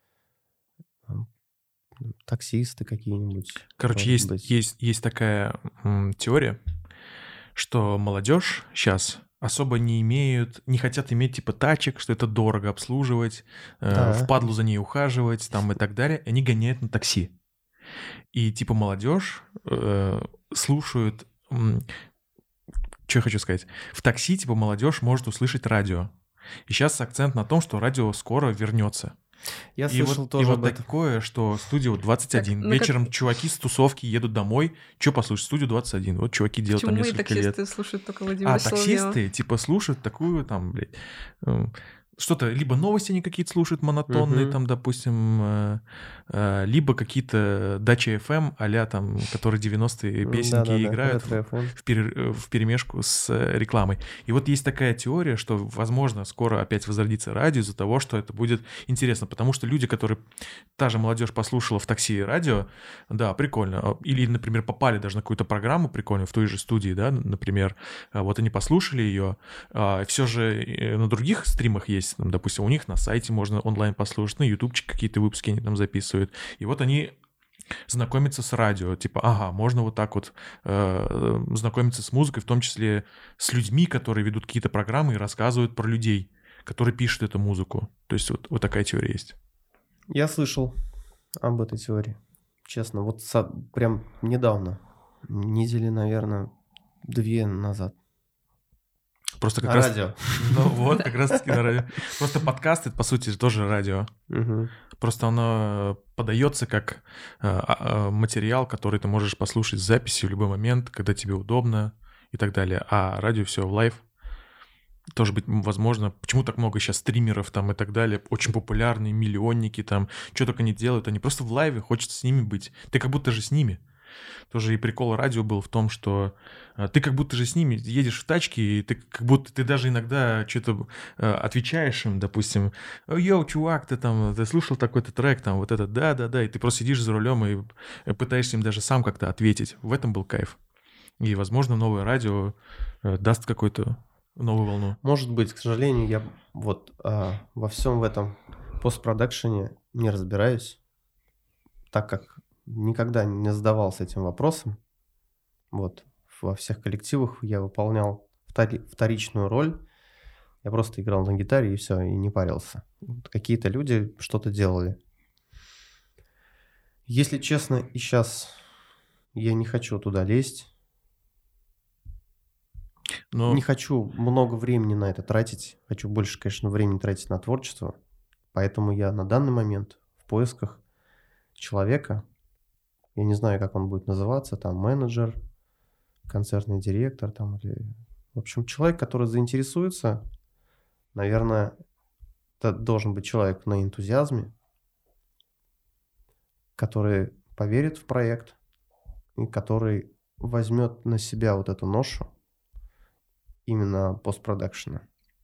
таксисты какие-нибудь. Короче, есть такая теория, что молодежь сейчас особо не хотят иметь тачек, что это дорого обслуживать, впадлу за ней ухаживать и так далее. Они гоняют на такси. И молодежь слушают... Что я хочу сказать? В такси молодежь может услышать радио. И сейчас акцент на том, что радио скоро вернется. Я слышал тоже об этом. Такое, что студия 21. Вечером чуваки с тусовки едут домой. Что послушать? Студию 21. Вот чуваки делают там несколько лет. Почему таксисты слушают только Владимира Соловьева? Таксисты, слушают такую что-то, либо новости они какие-то слушают монотонные, допустим, либо какие-то Дача FM, а-ля которые 90-е песенки играют в перемешку с рекламой. И есть такая теория, что, возможно, скоро опять возродится радио из-за того, что это будет интересно, потому что люди, которые... Та же молодежь послушала в такси радио, да, прикольно. Или, например, попали даже на какую-то программу прикольную в той же студии, да, например, они послушали ее, все же на других стримах есть, допустим, у них на сайте можно онлайн послушать, на ютубчик какие-то выпуски они там записывают. И они знакомятся с радио. Можно знакомиться с музыкой, в том числе с людьми, которые ведут какие-то программы и рассказывают про людей, которые пишут эту музыку. То есть вот такая теория есть. Я слышал об этой теории. Честно, прям недавно. Недели, наверное, 2 назад. Просто как радио. Как раз-таки на радио. Просто подкаст, это, по сути, тоже радио. Просто оно подается как материал, который ты можешь послушать с записи в любой момент, когда тебе удобно и так далее. А радио все в лайв. Тоже быть возможно. Почему так много сейчас стримеров и так далее? Очень популярные, миллионники что только не делают. Они просто в лайве, хочется с ними быть. Ты как будто же с ними. Тоже и прикол радио был в том, что ты как будто же с ними едешь в тачке, и ты как будто ты даже иногда что-то отвечаешь им, допустим, «Йоу, чувак, ты слушал такой-то трек, да», и ты просто сидишь за рулем и пытаешься им даже сам как-то ответить. В этом был кайф. И, возможно, новое радио даст какой-то новую волну. Может быть, к сожалению, я вот во всем в этом постпродакшене не разбираюсь, так как никогда не задавался этим вопросом. Вот во всех коллективах я выполнял вторичную роль. Я просто играл на гитаре и все, и не парился. Вот какие-то люди что-то делали. Если честно, и сейчас я не хочу туда лезть. Но Не хочу много времени на это тратить. Хочу больше, конечно, времени тратить на творчество. Поэтому я на данный момент в поисках человека. Я не знаю, как он будет называться. Там менеджер, концертный директор. Там, или... В общем, человек, который заинтересуется. Наверное, это должен быть человек на энтузиазме, который поверит в проект и который возьмет на себя вот эту ношу именно постпродакшена,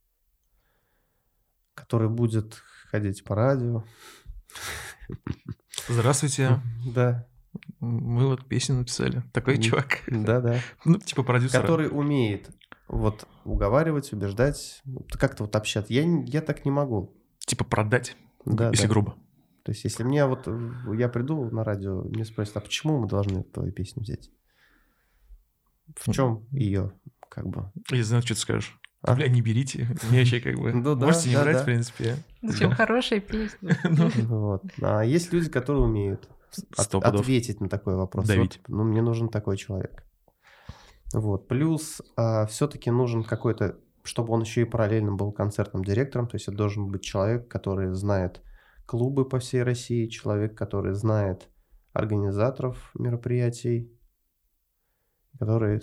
который будет ходить по радио. здравствуйте, Да, мы вот песню написали. Такой чувак. да. Ну, типа продюсера. Который умеет вот уговаривать, убеждать, как-то вот общаться. Я так не могу. Типа продать, Да, если да. грубо. То есть, если мне вот я приду на радио, мне спросят, а почему мы должны твою песню взять? В чем ее, как бы? Я знаю, что ты скажешь. А? Бля, не берите. Мне вообще как бы... Ну да, Можете не да, брать, да. в принципе. Зачем Да. хорошая песня? Ну, Вот. А есть люди, которые умеют 100 пудов. ответить на такой вопрос. Давить. Вот, ну, мне нужен такой человек. Вот. Плюс все-таки нужен какой-то, чтобы он еще и параллельно был концертным директором. То есть это должен быть человек, который знает клубы по всей России, человек, который знает организаторов мероприятий, который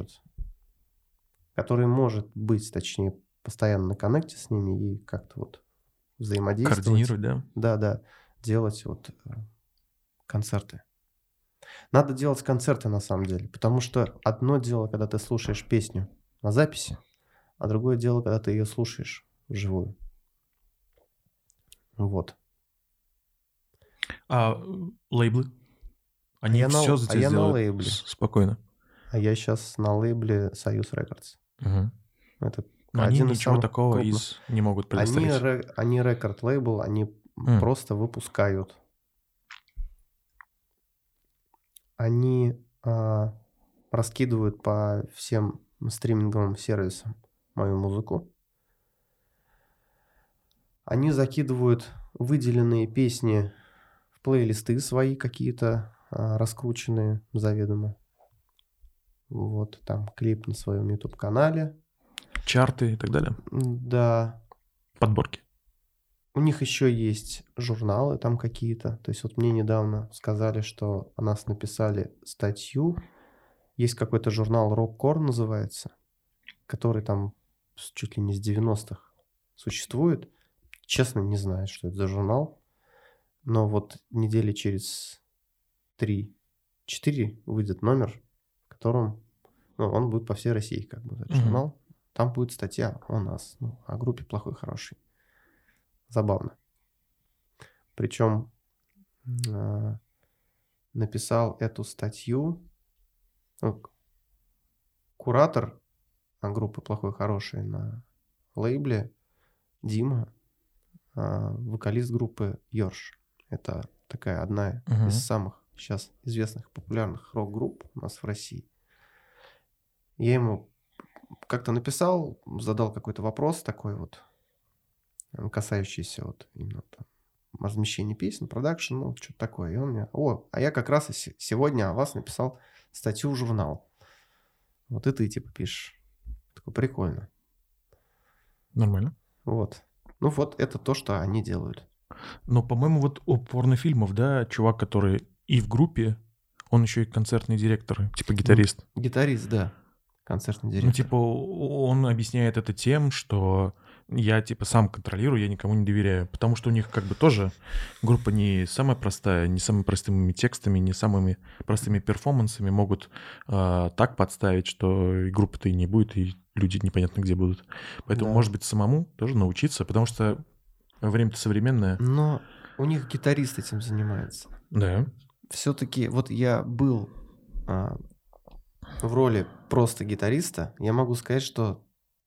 может быть, точнее, постоянно на коннекте с ними и как-то вот взаимодействовать. Координировать, да. Да, делать вот концерты. Надо делать концерты на самом деле, потому что одно дело, когда ты слушаешь песню на записи, а другое дело, когда ты ее слушаешь вживую. Вот. А лейблы? Они я все за тебя на сделают лейбле. спокойно. А я сейчас на лейбле Союз Рекордс. Угу. Это Но они один из ничего самых такого крупных. не могут предоставить. Они рекорд-лейбл, они просто выпускают. Они раскидывают по всем стриминговым сервисам мою музыку. Они закидывают выделенные песни в плейлисты свои какие-то раскрученные заведомо. Вот там клип на своем YouTube-канале. Чарты и так далее. Да. Подборки. У них еще есть журналы там какие-то. То есть вот мне недавно сказали, что о нас написали статью. Есть какой-то журнал Rockcore называется, который там чуть ли не с 90-х существует. Честно, не знаю, что это за журнал. Но вот недели через 3-4 выйдет номер, в котором он будет по всей России, как бы, этот журнал. Там будет статья о нас, о группе «Плохой хороший». Забавно. Причем написал эту статью куратор группы «Плохой хороший» на лейбле Дима, вокалист группы Йорш. Это такая одна из самых сейчас известных популярных рок-групп у нас в России. Я ему как-то написал, задал какой-то вопрос такой вот, касающийся вот именно там размещения песен, продакшн, что-то такое. И он мне, а я как раз сегодня о вас написал статью в журнал. Вот и ты типа пишешь. Такое прикольно. Нормально. Вот. Вот это то, что они делают. Но, по-моему, вот у порнофильмов, да, чувак, который и в группе, он еще и концертный директор, типа гитарист. Гитарист, да. Концертный директор. Ну, типа, он объясняет это тем, что я, типа, сам контролирую, я никому не доверяю. Потому что у них, как бы, тоже группа не самая простая, не самыми простыми текстами, не самыми простыми перформансами могут так подставить, что и группы-то и не будет, и люди непонятно где будут. Поэтому, Да. может быть, самому тоже научиться, потому что время-то современное. Но у них гитарист этим занимается. Да. Все-таки вот я был в роли просто гитариста. Я могу сказать, что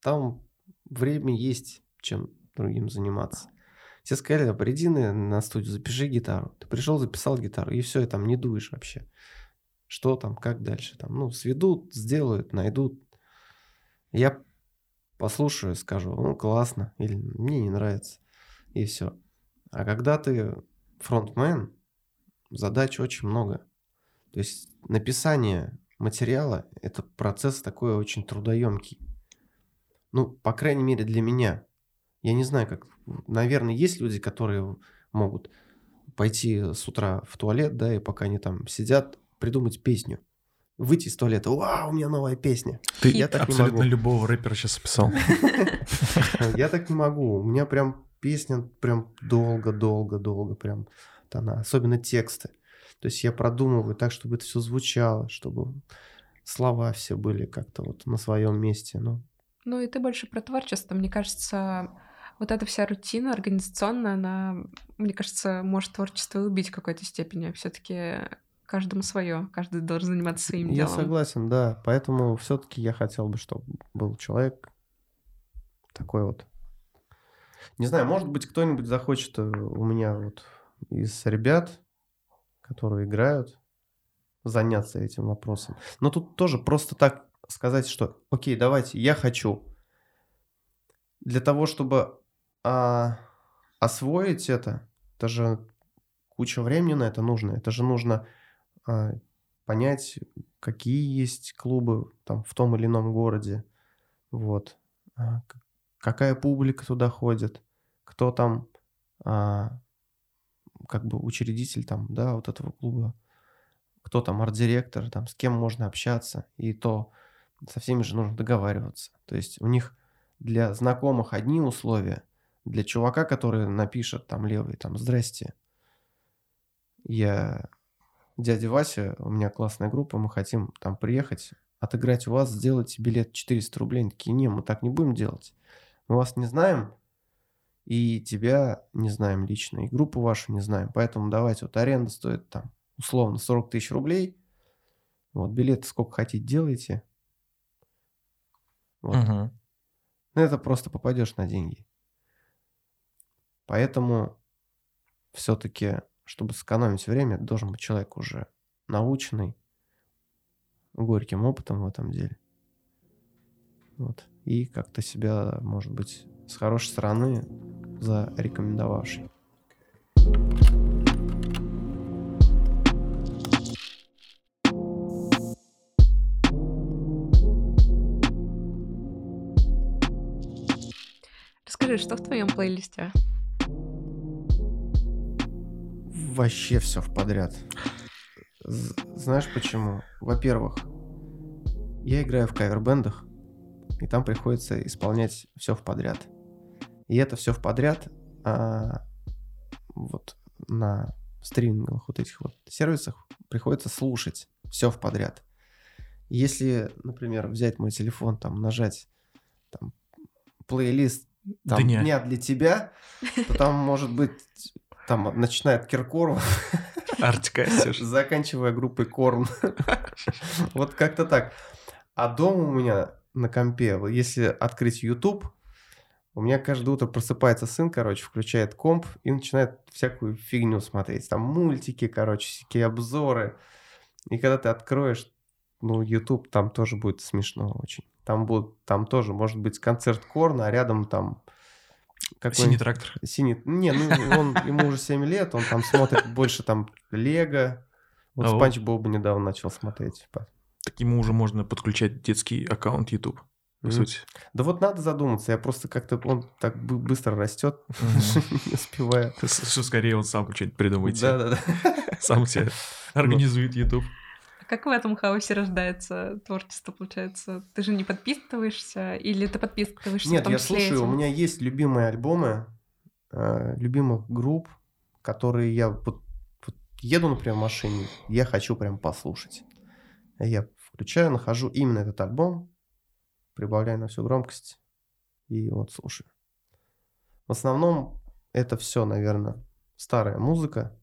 там время есть, чем другим заниматься. Тебе сказали, приди на студию, запиши гитару. Ты пришел, записал гитару, и все, и там не дуешь вообще. Что там, как дальше? Там, ну, сведут, сделают, найдут. Я послушаю, скажу, ну, классно, или мне не нравится, и все. А когда ты фронтмен, задач очень много. То есть написание материала – это процесс такой очень трудоемкий. Ну, по крайней мере, для меня. Я не знаю, как... Наверное, есть люди, которые могут пойти с утра в туалет, да, и пока они там сидят, придумать песню. Выйти из туалета, вау, у меня новая песня. Ты Я так не абсолютно могу. любого рэпера сейчас описал. Я так не могу. У меня прям песня прям долго-долго-долго прям тона. Особенно тексты. То есть я продумываю так, чтобы это все звучало, чтобы слова все были как-то вот на своем месте. Ну и ты больше про творчество. Мне кажется, вот эта вся рутина организационная, она, мне кажется, может творчество и убить в какой-то степени. Все-таки каждому свое, каждый должен заниматься своим Я делом. согласен, да. Поэтому все-таки я хотел бы, чтобы был человек такой вот. Не знаю, может быть, кто-нибудь захочет у меня вот из ребят, которые играют, заняться этим вопросом. Но тут тоже просто так сказать, что окей, давайте, я хочу. Для того, чтобы освоить это же куча времени на это нужно. Это же нужно понять, какие есть клубы там в том или ином городе. Вот. Какая публика туда ходит. Кто там как бы учредитель там, да, вот этого клуба. Кто там арт-директор, там, с кем можно общаться. И то со всеми же нужно договариваться. То есть у них для знакомых одни условия. Для чувака, который напишет там левый, там, здрасте, я дядя Вася, у меня классная группа, мы хотим там приехать, отыграть у вас, сделать билет 400 рублей. Они такие, не, мы так не будем делать. Мы вас не знаем, и тебя не знаем лично, и группу вашу не знаем. Поэтому давайте, вот аренда стоит там условно 40 тысяч рублей. Вот билеты сколько хотите делайте. Вот. Мгм. Ну, это просто попадешь на деньги. Поэтому все-таки, чтобы сэкономить время, должен быть человек уже наученный, горьким опытом в этом деле. Вот. И как-то себя, может быть, с хорошей стороны зарекомендовавший. Расскажи, что в твоем плейлисте? Вообще все в подряд. Знаешь почему? Во-первых, я играю в кавер-бендах, и там приходится исполнять все в подряд. И это все в подряд вот на стриминговых вот этих вот сервисах приходится слушать все в подряд. Если, например, взять мой телефон, там нажать там, плейлист там, дня для тебя, то там может быть там начинает Киркоров, заканчивая группой Корн. Вот как-то так. А дома у меня на компе, если открыть YouTube, у меня каждое утро просыпается сын, включает комп и начинает всякую фигню смотреть. Там мультики, всякие обзоры. И когда ты откроешь, YouTube, там тоже будет смешно очень. Там тоже может быть концерт Корна, а рядом там Синий трактор. Не, ему уже 7 лет, он там смотрит больше там Лего. Вот Спанч Боба недавно начал смотреть. Так ему уже можно подключать детский аккаунт YouTube, по сути. Да вот надо задуматься, я просто как-то, он так быстро растет, не успеваю. Что скорее он сам что-нибудь придумает. Да. Сам себе организует YouTube. Как в этом хаосе рождается творчество, получается? Ты же не подписываешься, или ты подписываешься Нет, в том я числе слушаю, этим? у меня есть любимые альбомы, любимых групп, которые я вот еду, например, в машине, я хочу прям послушать. Я включаю, нахожу именно этот альбом, прибавляю на всю громкость и вот слушаю. В основном это все, наверное, старая музыка,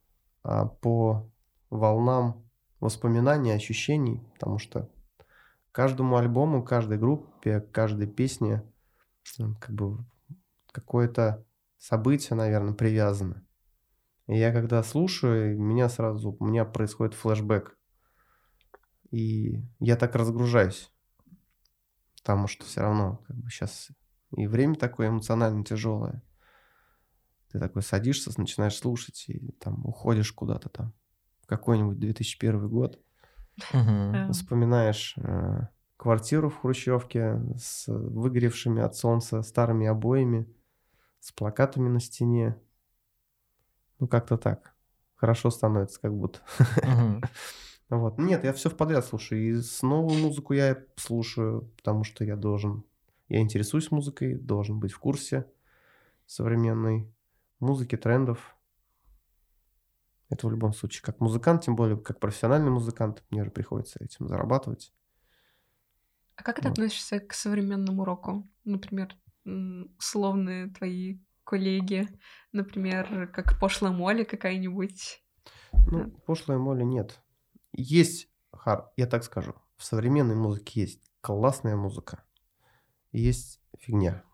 по волнам воспоминаний, ощущений, потому что каждому альбому, каждой группе, каждой песне как бы какое-то событие, наверное, привязано. И я когда слушаю, у меня происходит флешбэк. И я так разгружаюсь. Потому что все равно как бы сейчас и время такое эмоционально тяжелое. Ты такой садишься, начинаешь слушать и там уходишь куда-то там. В какой-нибудь 2001 год. Вспоминаешь квартиру в хрущевке с выгоревшими от солнца старыми обоями, с плакатами на стене. Ну, как-то так. Хорошо становится, как будто. Вот. Нет, я все подряд слушаю. И с новую музыку я слушаю, потому что я интересуюсь музыкой, должен быть в курсе современной музыки, трендов. Это в любом случае. Как музыкант, тем более как профессиональный музыкант, мне же приходится этим зарабатывать. А как ты относишься к современному року? Например, условные твои коллеги, например, как Пошлая Молли какая-нибудь? Ну, Пошлая Молли нет. Есть, я так скажу, в современной музыке есть классная музыка, есть фигня.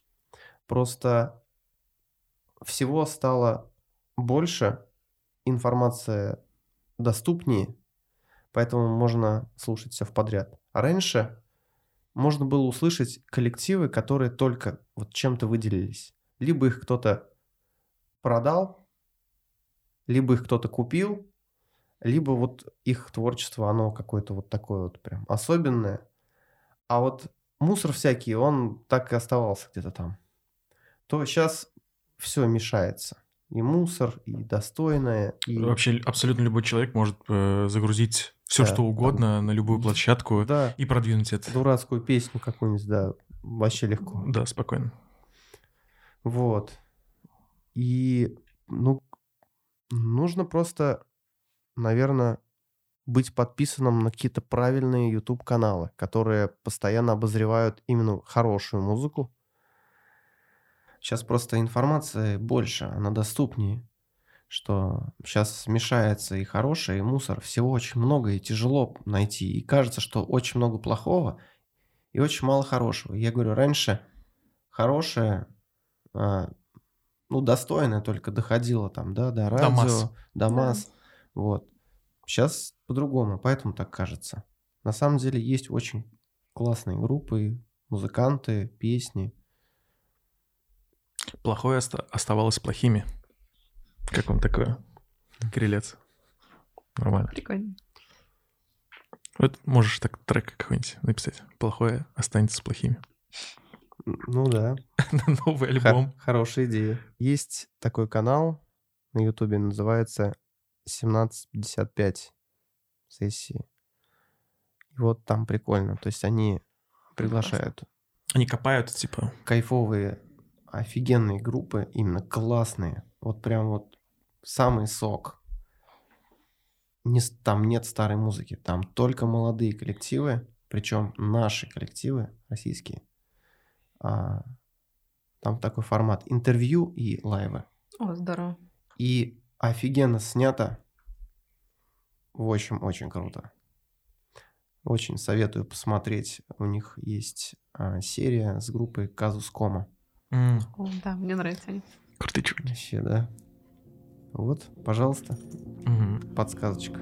Просто всего стало больше, информация доступнее, поэтому можно слушать все подряд. А раньше можно было услышать коллективы, которые только вот чем-то выделились. Либо их кто-то продал, либо их кто-то купил, либо вот их творчество, оно какое-то вот такое вот прям особенное. А вот мусор всякий, он так и оставался где-то там. То сейчас все мешается. И мусор, и достойное, и... Вообще абсолютно любой человек может загрузить все, что угодно на любую площадку и продвинуть это. Дурацкую песню какую-нибудь, да, вообще легко. Да, спокойно. Вот. И, нужно просто, наверное, быть подписанным на какие-то правильные YouTube-каналы, которые постоянно обозревают именно хорошую музыку. Сейчас просто информации больше, она доступнее, что сейчас смешается и хорошее, и мусор. Всего очень много, и тяжело найти. И кажется, что очень много плохого и очень мало хорошего. Я говорю, раньше хорошее, достойное только доходило там, да, до радио, до масс. Да. Вот. Сейчас по-другому, поэтому так кажется. На самом деле есть очень классные группы, музыканты, песни. Плохое оставалось плохими. Как вам такое? Крилец. Нормально. Прикольно. Вот можешь так трек какой-нибудь написать. Плохое останется плохими. Ну да. Новый альбом. Хорошая идея. Есть такой канал на Ютубе, называется 1755 сессии. И вот там прикольно. То есть они приглашают. Они копают, типа. Кайфовые, офигенные группы, именно классные. Вот прям вот самый сок. Там нет старой музыки, там только молодые коллективы, причем наши коллективы российские. Там такой формат интервью и лайвы. О, здорово. И офигенно снято. В общем, очень круто. Очень советую посмотреть. У них есть серия с группой Казус Кома. О, да, мне нравятся они. Крутые чуваки. Вообще, да. Вот, пожалуйста, подсказочка.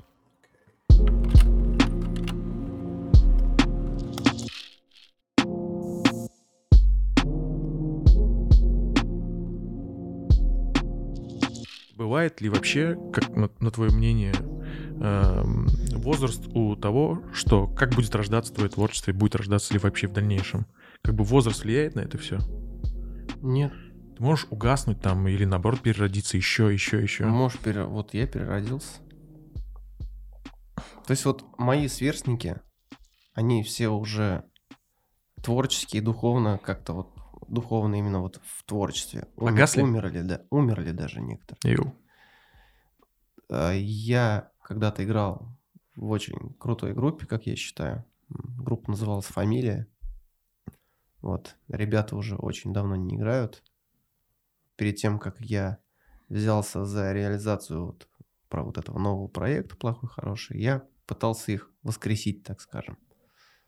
Бывает ли вообще, как на твое мнение, возраст у того, что как будет рождаться твое творчество и будет рождаться ли вообще в дальнейшем? Как бы возраст влияет на это все? Нет. Ты можешь угаснуть там или наоборот переродиться еще? Можешь вот я переродился. То есть вот мои сверстники, они все уже творческие, духовно, как-то вот духовно именно вот в творчестве. Погасли? Умерли даже некоторые. Я когда-то играл в очень крутой группе, как я считаю. Группа называлась «Фамилия». Вот. Ребята уже очень давно не играют. Перед тем, как я взялся за реализацию этого нового проекта «Плохой, хороший», я пытался их воскресить, так скажем.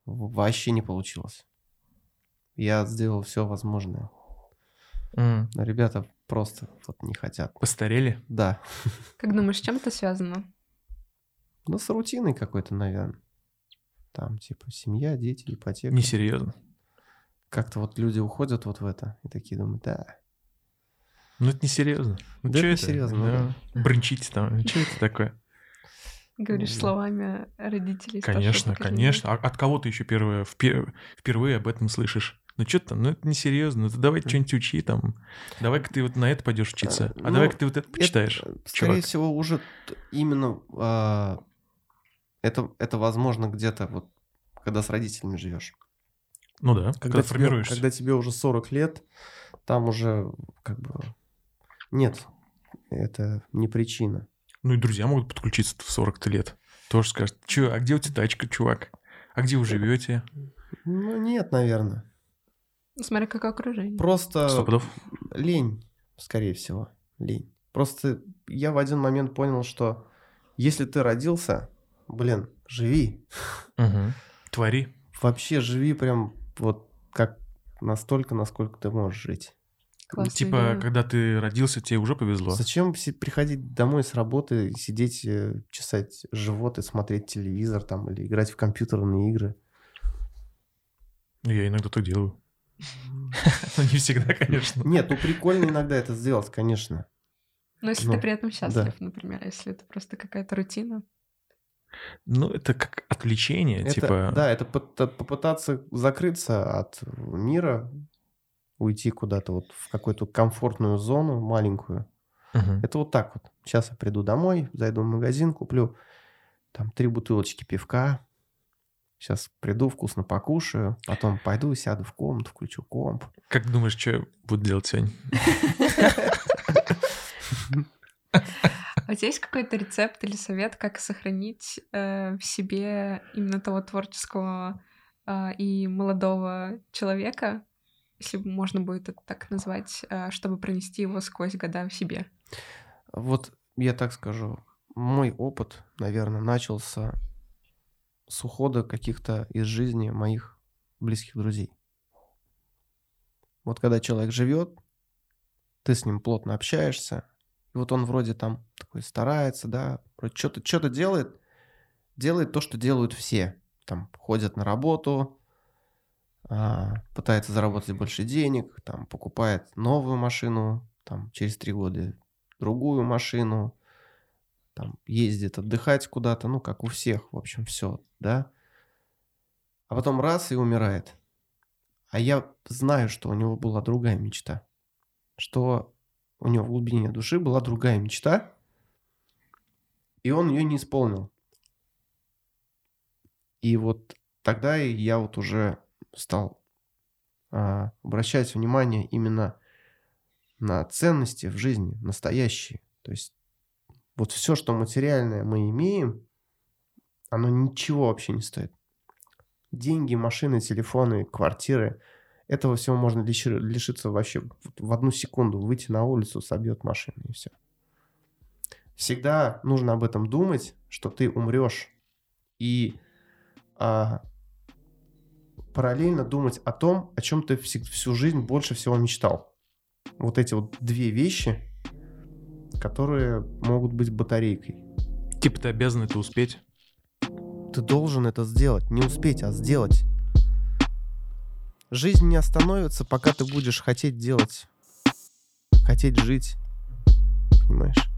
вообще не получилось. Я сделал все возможное. М. Но ребята просто вот не хотят. Постарели? Да. Как думаешь, с чем это связано? Ну, с рутиной какой-то, наверное. Там, типа, семья, дети, ипотека. Несерьезно. Как-то вот люди уходят вот в это и такие думают, да. Ну, это несерьезно. Ну, Да чё это это? несерьезно, Да. Брынчите там. Что это такое? Говоришь Ну, словами родителей старшего Конечно, поколения. конечно. А от кого ты еще впервые об этом слышишь? Ну, что там, ну, это несерьезно. Ну, ты давай что-нибудь учи там. Давай-ка ты вот на это пойдешь учиться. А Ну, давай-ка ты вот это почитаешь. скорее чувак. всего, уже именно это возможно где-то вот, когда с родителями живешь. Ну да, когда формируешься. Когда тебе уже 40 лет, там уже как бы нет, это не причина. Ну и друзья могут подключиться в 40 лет. Тоже скажут, че, а где у тебя тачка, чувак? А где вы живете? Ну, нет, наверное. Смотри, какое окружение. Просто 100 пудов. лень, скорее всего, лень. Просто я в один момент понял, что если ты родился, блин, живи. Угу. Твори. Вообще живи прям вот как настолько, насколько ты можешь жить. Классная Типа, идея. когда ты родился, тебе уже повезло. Зачем приходить домой с работы, сидеть, чесать живот и смотреть телевизор там или играть в компьютерные игры? Я иногда так делаю. Но не всегда, конечно. Нет, ну прикольно иногда это сделать, конечно. Но если Ну, ты при этом счастлив, да. например, если это просто какая-то рутина. Ну, это как отвлечение, Это, типа... да, это попытаться закрыться от мира, уйти куда-то вот в какую-то комфортную зону маленькую. Мгм. Это вот так вот. Сейчас я приду домой, зайду в магазин, куплю там 3 бутылочки пивка. Сейчас приду, вкусно покушаю. Потом пойду, сяду в комнату, включу комп. Как ты думаешь, что я буду делать сегодня? А у тебя есть какой-то рецепт или совет, как сохранить в себе именно того творческого и молодого человека, если можно будет это так назвать, чтобы пронести его сквозь года в себе? Вот я так скажу. Мой опыт, наверное, начался с ухода каких-то из жизни моих близких друзей. Вот когда человек живет, ты с ним плотно общаешься, и вот он вроде там такой старается, да, вроде что-то делает то, что делают все. Там ходят на работу, пытается заработать больше денег, там покупает новую машину, там через 3 года другую машину, там ездит отдыхать куда-то, ну, как у всех, в общем, все, да. А потом раз и умирает. А я знаю, что у него была другая мечта, что у него в глубине души была другая мечта, и он ее не исполнил. И вот тогда я вот уже стал обращать внимание именно на ценности в жизни, настоящие. То есть вот все, что материальное мы имеем, оно ничего вообще не стоит. Деньги, машины, телефоны, квартиры. Этого всего можно лишиться вообще в одну секунду. Выйти на улицу, собьет машину и все. Всегда нужно об этом думать, что ты умрешь. И параллельно думать о том, о чем ты всю жизнь больше всего мечтал. Вот эти вот 2 вещи, которые могут быть батарейкой. Типа ты обязан это успеть. Ты должен это сделать. Не успеть, а сделать. Жизнь не остановится, пока ты будешь хотеть делать. Хотеть жить. Понимаешь?